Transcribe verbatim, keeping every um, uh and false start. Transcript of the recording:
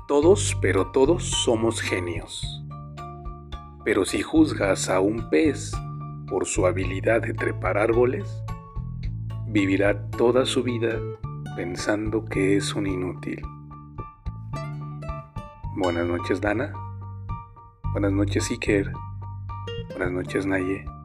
Todos, pero todos somos genios. Pero si juzgas a un pez por su habilidad de trepar árboles, vivirá toda su vida pensando que es un inútil. Buenas noches, Dana. Buenas noches, Iker. Buenas noches, Naye.